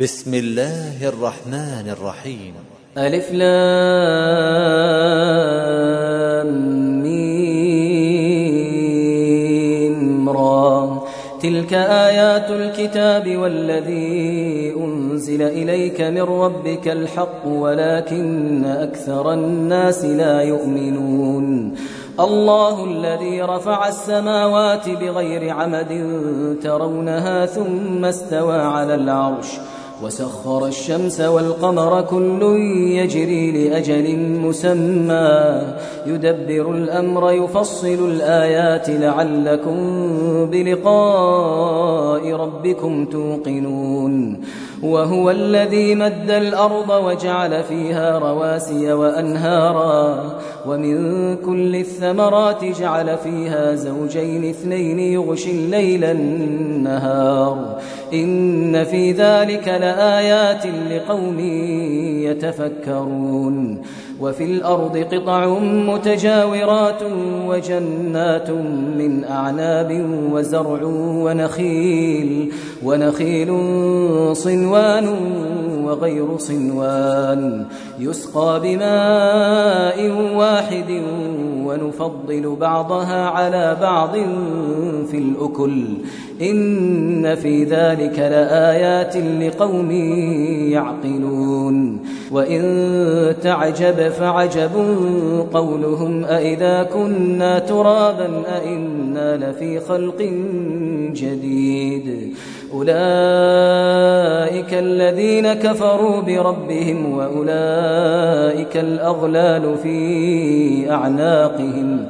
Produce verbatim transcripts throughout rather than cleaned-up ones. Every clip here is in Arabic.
بسم الله الرحمن الرحيم. ألف لام ميم را. تلك آيات الكتاب والذي أنزل إليك من ربك الحق ولكن أكثر الناس لا يؤمنون. الله الذي رفع السماوات بغير عمد ترونها ثم استوى على العرش وسخر الشمس والقمر كل يجري لأجل مسمى يدبر الأمر يفصل الآيات لعلكم بلقاء ربكم توقنون. وهو الذي مد الأرض وجعل فيها رواسي وأنهارا ومن كل الثمرات جعل فيها زوجين اثنين يغشي الليل النهار إن في ذلك لآيات لقوم يتفكرون. وفي الأرض قطع متجاورات وجنات من أعناب وزرع ونخيل ونخيل صنوان وغير صنوان يسقى بماء واحد ونفضل بعضها على بعض في الأكل إن في ذلك لآيات لقوم يعقلون. وإن تعجب فعجب قولهم أإذا كنا ترابا أإنا لفي خلق جديد أولئك الذين كفروا بربهم وأولئك الأغلال في أعناقهم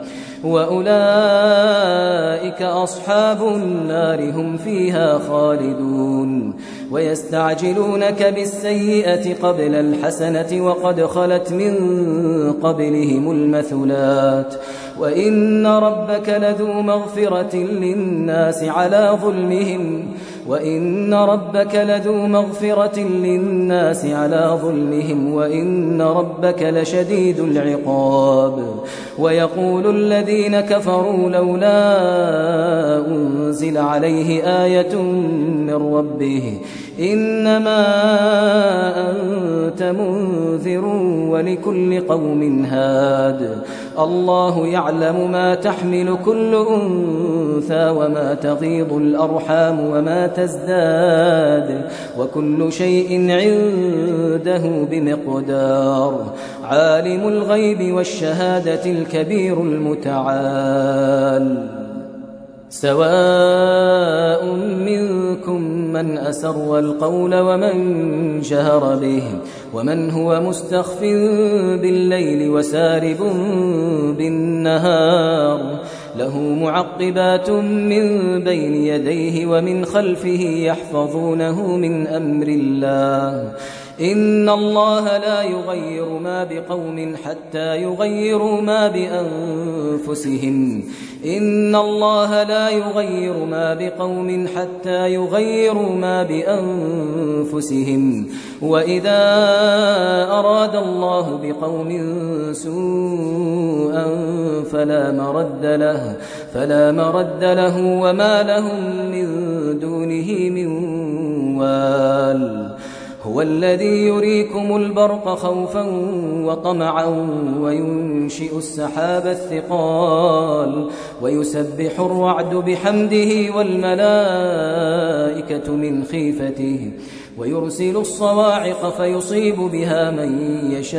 وأولئك أصحاب النار هم فيها خالدون. ويستعجلونك بالسيئة قبل الحسنة وقد خلت من قبلهم المثلات وإن ربك لذو مغفرة للناس على ظلمهم وإن ربك لذو مغفرة للناس على ظلمهم وإن ربك لشديد العقاب. ويقول الذين كفروا لولا أنزل عليه آية من ربه إنما أنت منذر ولكل قوم هاد. الله يعلم ما تحمل كل أنثى وما تغيض الأرحام وما تزداد وكل شيء عنده بمقدار. عالم الغيب والشهادة الكبير المتعال. سواء منكم من أسر القول ومن جهر به ومن هو مستخف بالليل وسارب بالنهار له معقبات من بين يديه ومن خلفه يحفظونه من أمر الله إن الله لا يغير ما بقوم حتى يغيروا ما بأنفسهم إن الله لا يغير ما بقوم حتى يغيروا ما بأنفسهم وإذا أراد الله بقوم سوءا فلا مرد له فلا مرد له وما لهم من دونه من وال. هو الذي يريكم البرق خوفا وطمعا وينشئ السحاب الثقال ويسبح الرعد بحمده والملائكة من خيفته ويرسل الصواعق فيصيب بها من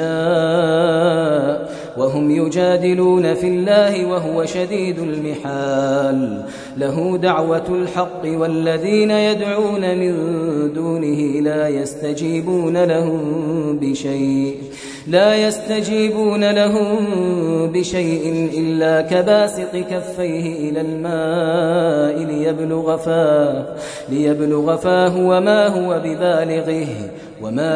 يشاء وهم يجادلون في الله وهو شديد المحال. له دعوة الحق والذين يدعون من دونه لا يستجيبون لهم بشيء لا يستجيبون لهم بشيء إلا كباسط كفيه إلى الماء ليبلغ فاه ليبلغ فاه وما هو ببالغه وما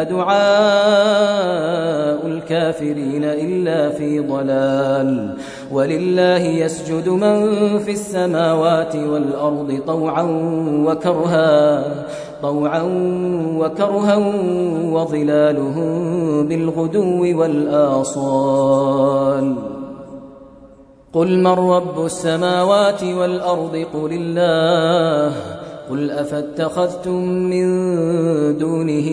دعاء الكافرين إلا في ضلال. ولله يسجد من في السماوات والأرض طوعا وكرها طوعا وكرها وظلالهم بالغدو والآصال. قل من رب السماوات والأرض قل الله قل أفاتخذتم من دونه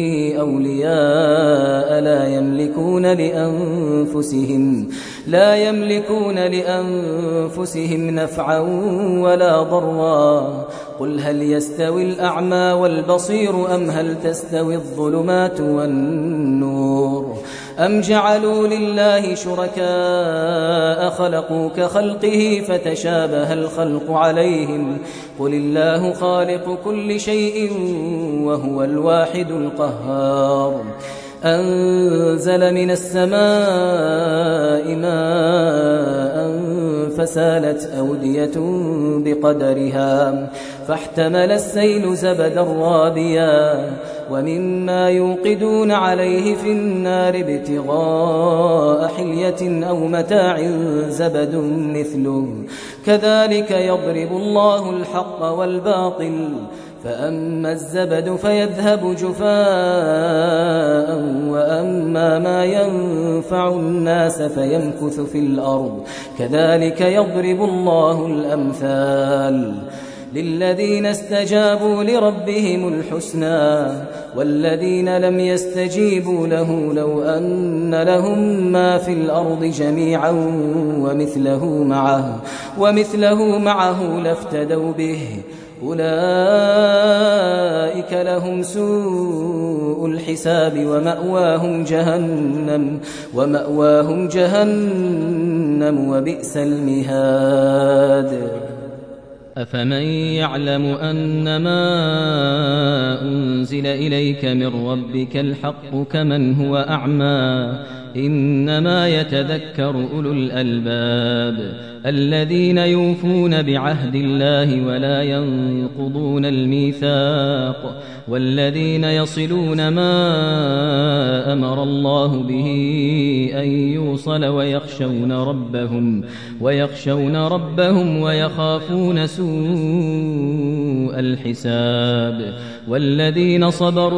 أولياء لا يملكون لأنفسهم لا يملكون لأنفسهم نفعا ولا ضرا قل هل يستوي الأعمى والبصير أم هل تستوي الظلمات والنور أم جعلوا لله شركاء خلقوا كخلقه فتشابه الخلق عليهم قل الله خالق كل شيء وهو الواحد القهار أنزل من السماء ماء فسالت أودية بقدرها فاحتمل السيل زبدا رابيا ومما يوقدون عليه في النار ابتغاء حلية أو متاع زبد مثله كذلك يضرب الله الحق والباطل فأما الزبد فيذهب جفاء وأما ما ينفع الناس فيمكث في الأرض كذلك يضرب الله الأمثال للذين استجابوا لربهم الحسنى والذين لم يستجيبوا له لو أن لهم ما في الأرض جميعا ومثله معه, ومثله معه لافتدوا به أولئك لهم سوء الحساب ومأواهم جهنم ومأواهم جهنم وبئس المهاد أفمن يعلم أنما أنزل إليك من ربك الحق كمن هو أعمى إنما يتذكر أولو الألباب الذين يوفون بعهد الله ولا ينقضون الميثاق والذين يصلون ما أمر الله به أن يوصل ويخشون ربهم ويخشون ربهم ويخافون سوء الحساب والذين صبروا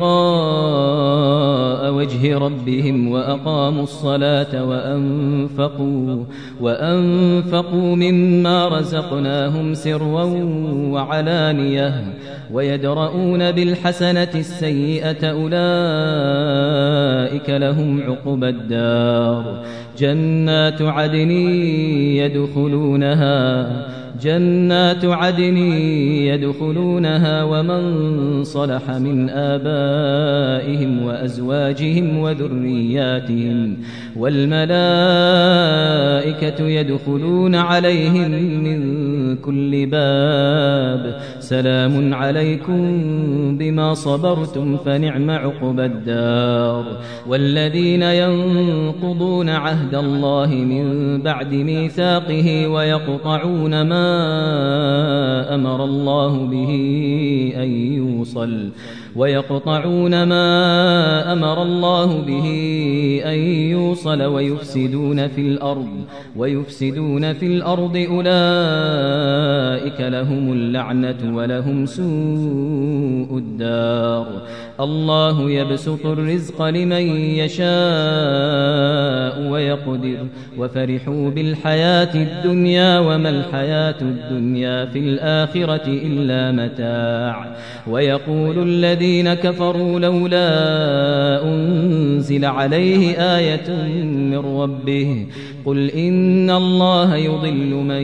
ابتغاء وجه ربهم وأقاموا الصلاة وأنفقوا وأنفقوا مما رزقناهم سرا وعلانية ويدرؤون بالحسنة السيئة أولئك لهم عقبى الدار جنات عدن يدخلونها جنات عدن يدخلونها ومن صلح من آبائهم وأزواجهم وذرياتهم والملائكة يدخلون عليهم من كل باب سلام عليكم بما صبرتم فنعم عقبى الدار والذين ينقضون عهد الله من بعد ميثاقه ويقطعون ما أمر الله به أن يوصل ويقطعون ما أمر الله به أن يوصل ويفسدون في الأرض ويفسدون في الأرض أولئك لهم اللعنة ولهم سوء الدار الله يبسط الرزق لمن يشاء ويقدر وفرحوا بالحياة الدنيا وما الحياة الدنيا في الآخرة إلا متاع ويقول الذين كفروا لولا أنزل عليه آية من ربه قل إن الله يضل من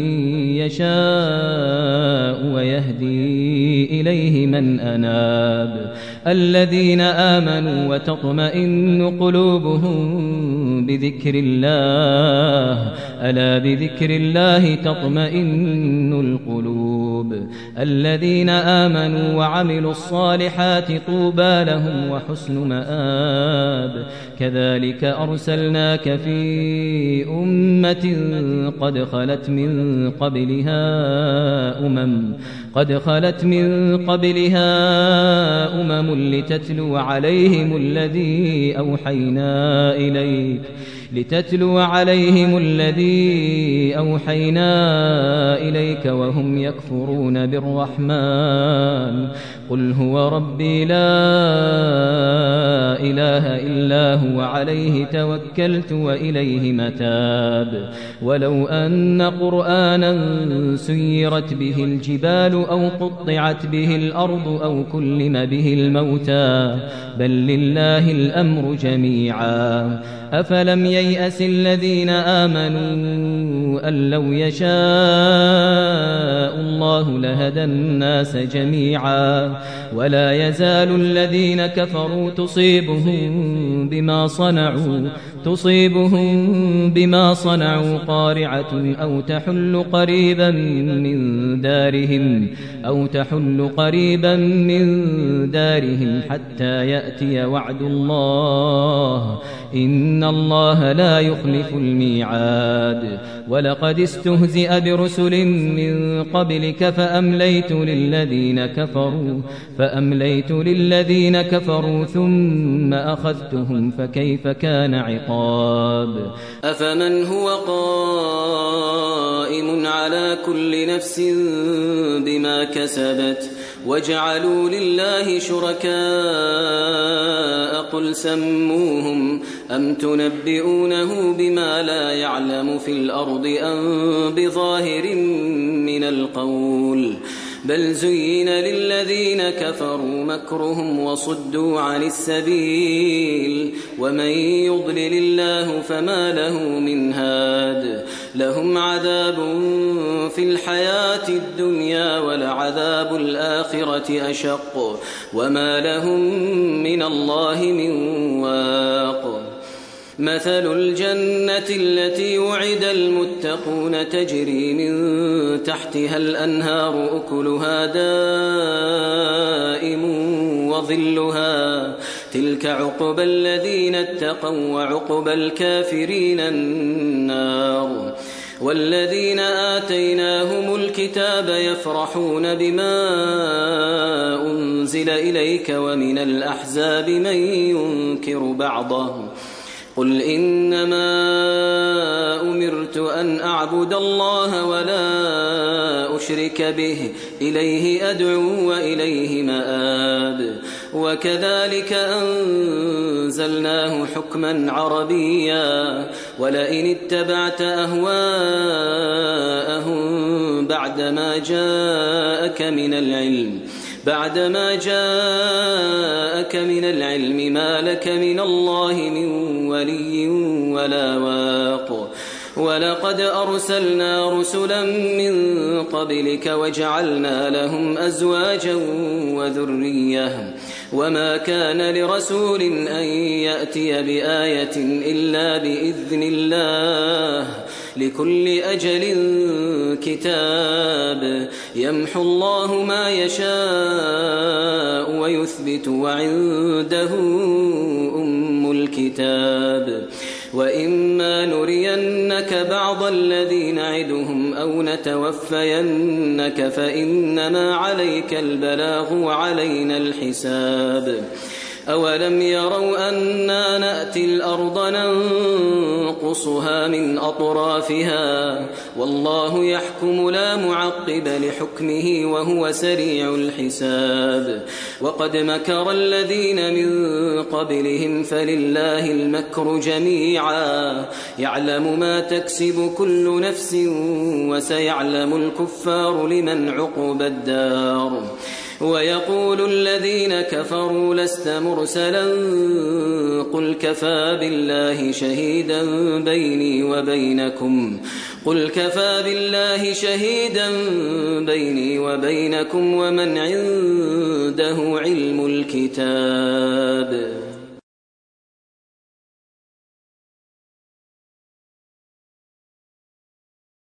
يشاء ويهدي إليه من أناب الذين آمنوا وتطمئن قلوبهم بذكر الله ألا بذكر الله تطمئن القلوب الذين آمنوا وعملوا الصالحات طوبى لهم وحسن مآب كذلك أرسلناك في أمة قد خلت من قبلها أمم قد خلت من قبلها أمم لتتلو عليهم الذي أوحينا إليك لتتلو عليهم الذي أوحينا إليك وهم يكفرون بالرحمن قل هو ربي لا لا إله إلا هو عليه توكلت وإليه متاب ولو أن قرآنا سيرت به الجبال أو قطعت به الأرض أو كلم به الموتى بل لله الأمر جميعا أفلم ييأس الذين آمنوا أن لو يشاء الله لهدى الناس جميعا ولا يزال الذين كفروا تصيبهم بما صنعوا تصيبهم بما صنعوا قارعة أو تحل قريبا من دارهم أو تحل قريبا من دارهم حتى يأتي وعد الله إن الله لا يخلف الميعاد ولقد استهزئ برسل من قبلك فأمليت للذين كفروا فأمليت للذين كفروا ثم أخذتهم فكيف كان عقاب أفمن هو قائم على كل نفس بما كسبت وجعلوا لله شركاء قل سموهم أم تنبئونه بما لا يعلم في الأرض أم بظاهر من القول بل زين للذين كفروا مكرهم وصدوا عن السبيل ومن يضلل الله فما له من هاد لهم عذاب في الحياة الدنيا ولعذاب الآخرة أشق وما لهم من الله من واق مثل الجنة التي وعد المتقون تجري من تحتها الأنهار أكلها دائم وظلها تلك عقبى الذين اتقوا وعقبى الكافرين النار والذين آتيناهم الكتاب يفرحون بما أنزل إليك ومن الأحزاب من ينكر بعضه قل إنما أمرت أن أعبد الله ولا أشرك به إليه أدعو وإليه مآب وكذلك أنزلناه حكما عربيا ولئن اتبعت أهواءهم بعدما جاءك من العلم بعدما جاءك من العلم ما لك من الله من ولي ولا واق ولقد أرسلنا رسلا من قبلك وجعلنا لهم أزواجا وذرية وما كان لرسول أن يأتي بآية إلا بإذن الله لكل أجل كتاب يمحو الله ما يشاء ويثبت وعنده أم الكتاب وإما نرينك بعض الذي نعدهم أو نتوفينك فإنما عليك البلاغ وعلينا الحساب أولم يروا أنا نأتي الأرض ننقصها من أطرافها والله يحكم لا معقب لحكمه وهو سريع الحساب وقد مكر الذين من قبلهم فلله المكر جميعا يعلم ما تكسب كل نفس وسيعلم الكفار لمن عقب الدار ويقول الذين كفروا لست مرسلا قل كفى بالله شهيدا بيني وبينكم قل كفى بالله شهيدا بيني وبينكم ومن عنده علم الكتاب